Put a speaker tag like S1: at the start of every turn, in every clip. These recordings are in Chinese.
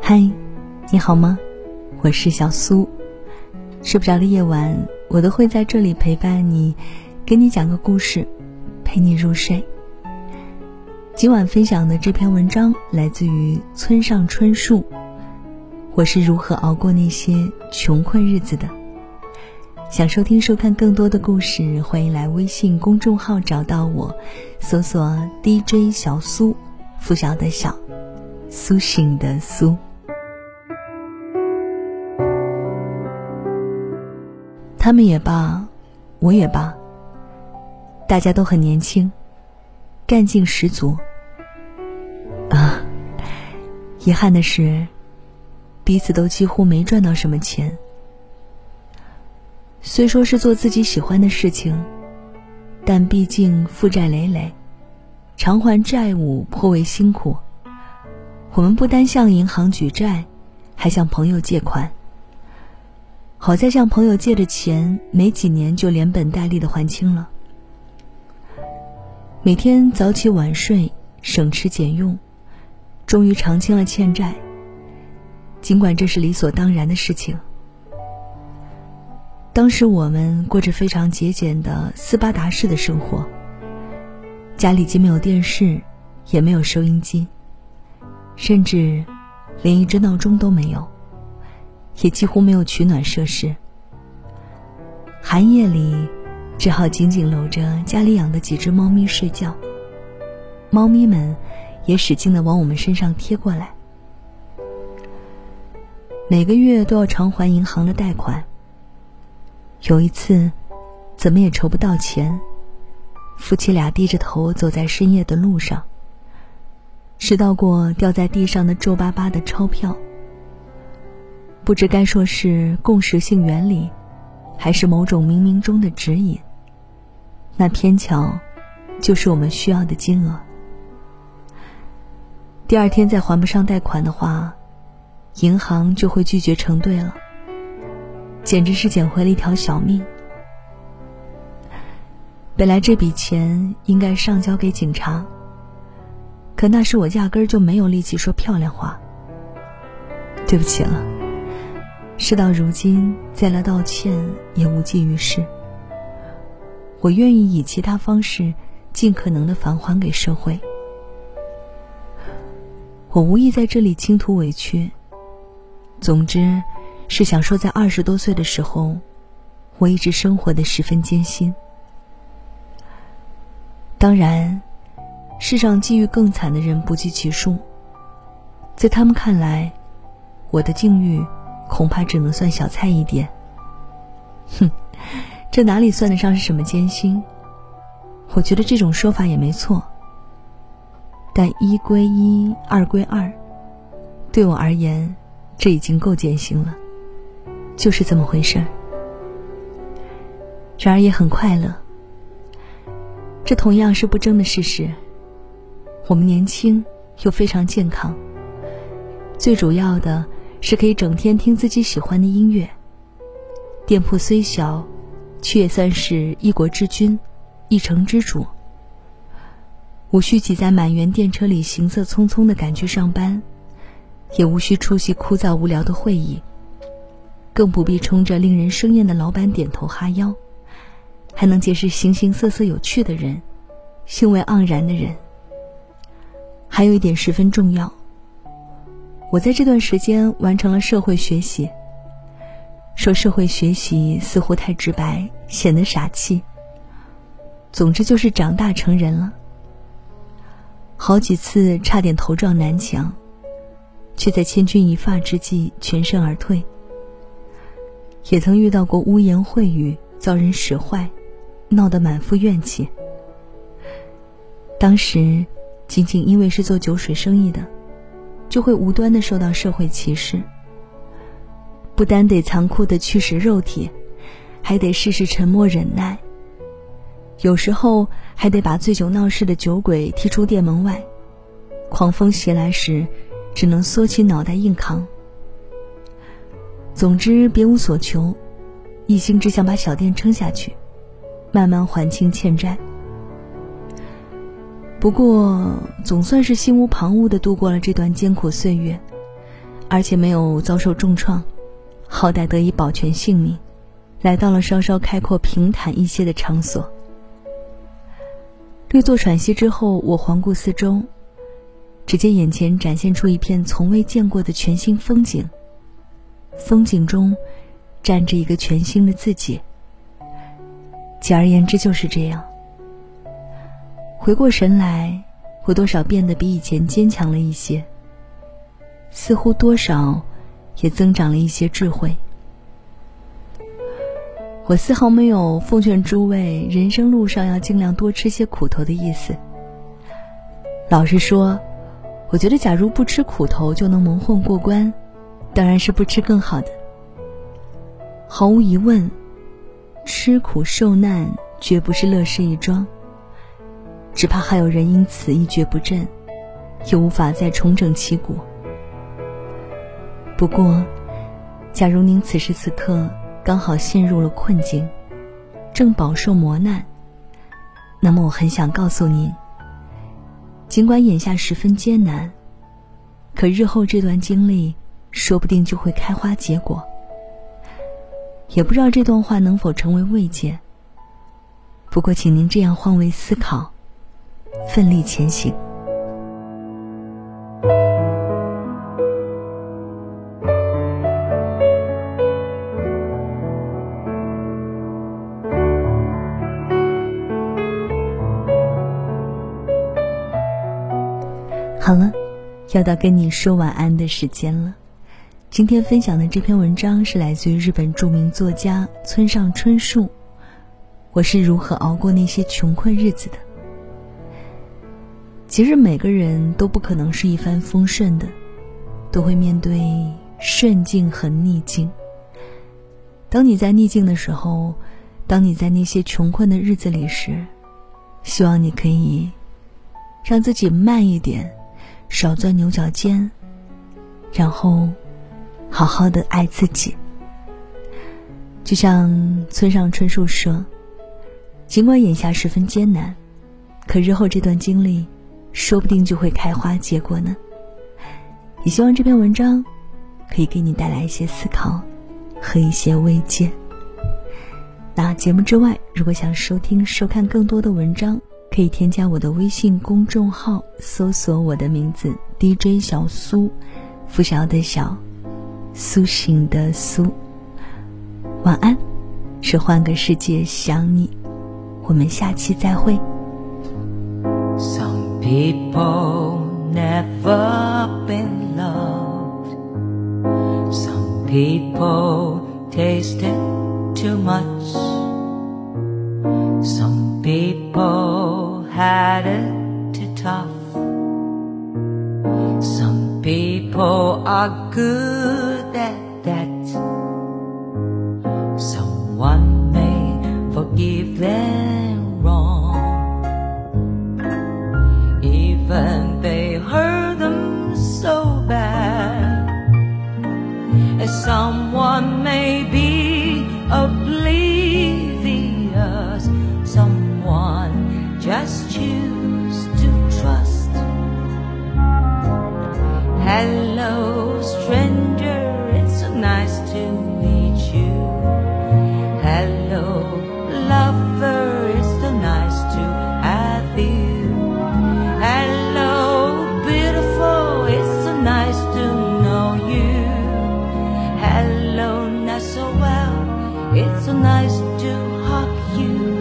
S1: 嗨，你好吗？我是小苏。睡不着的夜晚，我都会在这里陪伴你，给你讲个故事，陪你入睡。今晚分享的这篇文章来自于村上春树，我是如何熬过那些穷困日子的。想收听收看更多的故事，欢迎来微信公众号找到我，搜索 DJ 小苏，拂晓的晓，苏醒的苏。他们也罢，我也罢，大家都很年轻，干劲十足。遗憾的是，彼此都几乎没赚到什么钱。虽说是做自己喜欢的事情，但毕竟负债累累，偿还债务颇为辛苦。我们不单向银行举债，还向朋友借款。好在向朋友借的钱没几年就连本带利的还清了。每天早起晚睡，省吃俭用，终于偿清了欠债，尽管这是理所当然的事情。当时我们过着非常节俭的斯巴达式的生活，家里既没有电视，也没有收音机，甚至连一只闹钟都没有，也几乎没有取暖设施。寒夜里只好紧紧搂着家里养的几只猫咪睡觉，猫咪们也使劲地往我们身上贴过来。每个月都要偿还银行的贷款，有一次怎么也筹不到钱，夫妻俩低着头走在深夜的路上，拾到过掉在地上的皱巴巴的钞票。不知该说是共识性原理，还是某种冥冥中的指引，那偏巧就是我们需要的金额。第二天再还不上贷款的话，银行就会拒绝承兑了，简直是捡回了一条小命。本来这笔钱应该上交给警察，可那时我压根儿就没有力气说漂亮话。对不起了，事到如今再来道歉也无济于事。我愿意以其他方式尽可能地返还给社会。我无意在这里倾吐委屈，总之是想说，在20多岁的时候，我一直生活得十分艰辛。当然，世上际遇更惨的人不计其数，在他们看来，我的境遇恐怕只能算小菜一碟。这哪里算得上是什么艰辛？我觉得这种说法也没错，但一归一，二归二，对我而言，这已经够艰辛了，就是这么回事儿。然而也很快乐，这同样是不争的事实。我们年轻又非常健康，最主要的是可以整天听自己喜欢的音乐。店铺虽小，却也算是一国之君，一城之主。无需挤在满员电车里行色匆匆地赶去上班，也无需出席枯燥无聊的会议，更不必冲着令人生厌的老板点头哈腰，还能结识形形色色有趣的人，兴味盎然的人。还有一点十分重要，我在这段时间完成了社会学习。说社会学习似乎太直白，显得傻气。总之就是长大成人了。好几次差点头撞南墙，却在千钧一发之际全身而退。也曾遇到过污言秽语，遭人使坏，闹得满腹怨气。当时仅仅因为是做酒水生意的，就会无端地受到社会歧视。不单得残酷地驱使肉体，还得事事沉默忍耐，有时候还得把醉酒闹事的酒鬼踢出店门外，狂风袭来时只能缩起脑袋硬扛。总之别无所求，一心只想把小店撑下去，慢慢还清欠债。不过总算是心无旁骛地度过了这段艰苦岁月， 而且没有遭受重创，好歹得以保全性命，来到了稍稍开阔平坦一些的场所。略作喘息之后，我环顾四周，只见眼前展现出一片从未见过的全新风景，风景中站着一个全新的自己。简而言之就是这样。回过神来，我多少变得比以前坚强了一些，似乎多少也增长了一些智慧。我丝毫没有奉劝诸位人生路上要尽量多吃些苦头的意思。老实说，我觉得假如不吃苦头就能蒙混过关，当然是不吃更好的。毫无疑问，吃苦受难绝不是乐事一桩，只怕还有人因此一蹶不振，又无法再重整旗鼓。不过，假如您此时此刻刚好陷入了困境，正饱受磨难，那么我很想告诉您，尽管眼下十分艰难，可日后这段经历说不定就会开花结果。也不知道这段话能否成为慰藉，不过请您这样换位思考，奋力前行。好了，要到跟你说晚安的时间了。今天分享的这篇文章是来自于日本著名作家村上春树，我是如何熬过那些穷困日子的。其实每个人都不可能是一帆风顺的，都会面对顺境和逆境。当你在逆境的时候，当你在那些穷困的日子里时，希望你可以让自己慢一点，少钻牛角尖，然后好好的爱自己。就像村上春树说，尽管眼下十分艰难，可日后这段经历说不定就会开花结果呢。也希望这篇文章可以给你带来一些思考和一些慰藉。那节目之外，如果想收听收看更多的文章，可以添加我的微信公众号，搜索我的名字 DJ 小苏，拂晓的晓，苏醒的苏。晚安，是换个世界想你，我们下期再会。
S2: Some people never been loved. Some people tasted too much. Some people had it too tough. Some people are good at that. Someone may forgive them wrong, even they hurt them so bad. As someone may be oblivious, someone just choose to trust. Hello stranger, it's so nice to meet you. Hello lover, it's so nice to have you. Hello beautiful, it's so nice to know you. Hello not so well, it's so nice to hug you.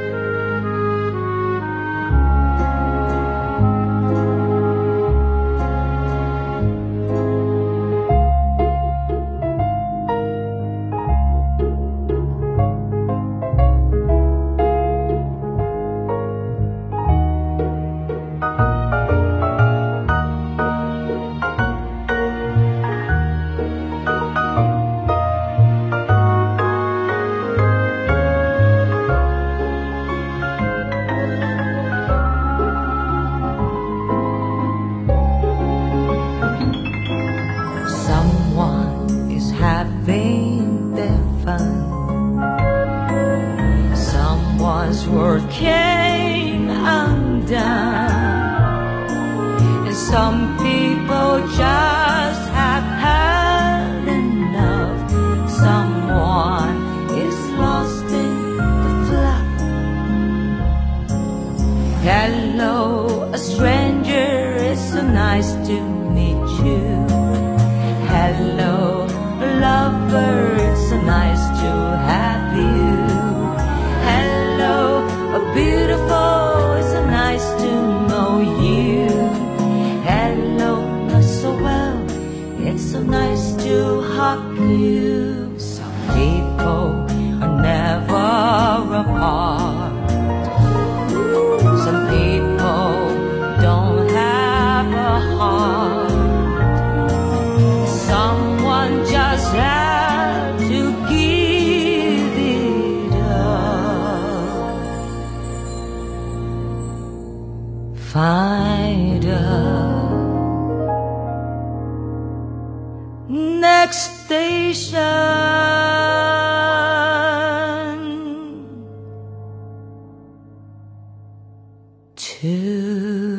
S2: Having their fun. Someone's world came undone, and some people just have had nice to meet you. Hello, lover, it's so nice to have you. Hello, beautiful, it's so nice to know you. Hello, not so well, it's so nice to hug you. Some people are never apart. Some people don't have a heart. Someone just had to give it up. Find a next station to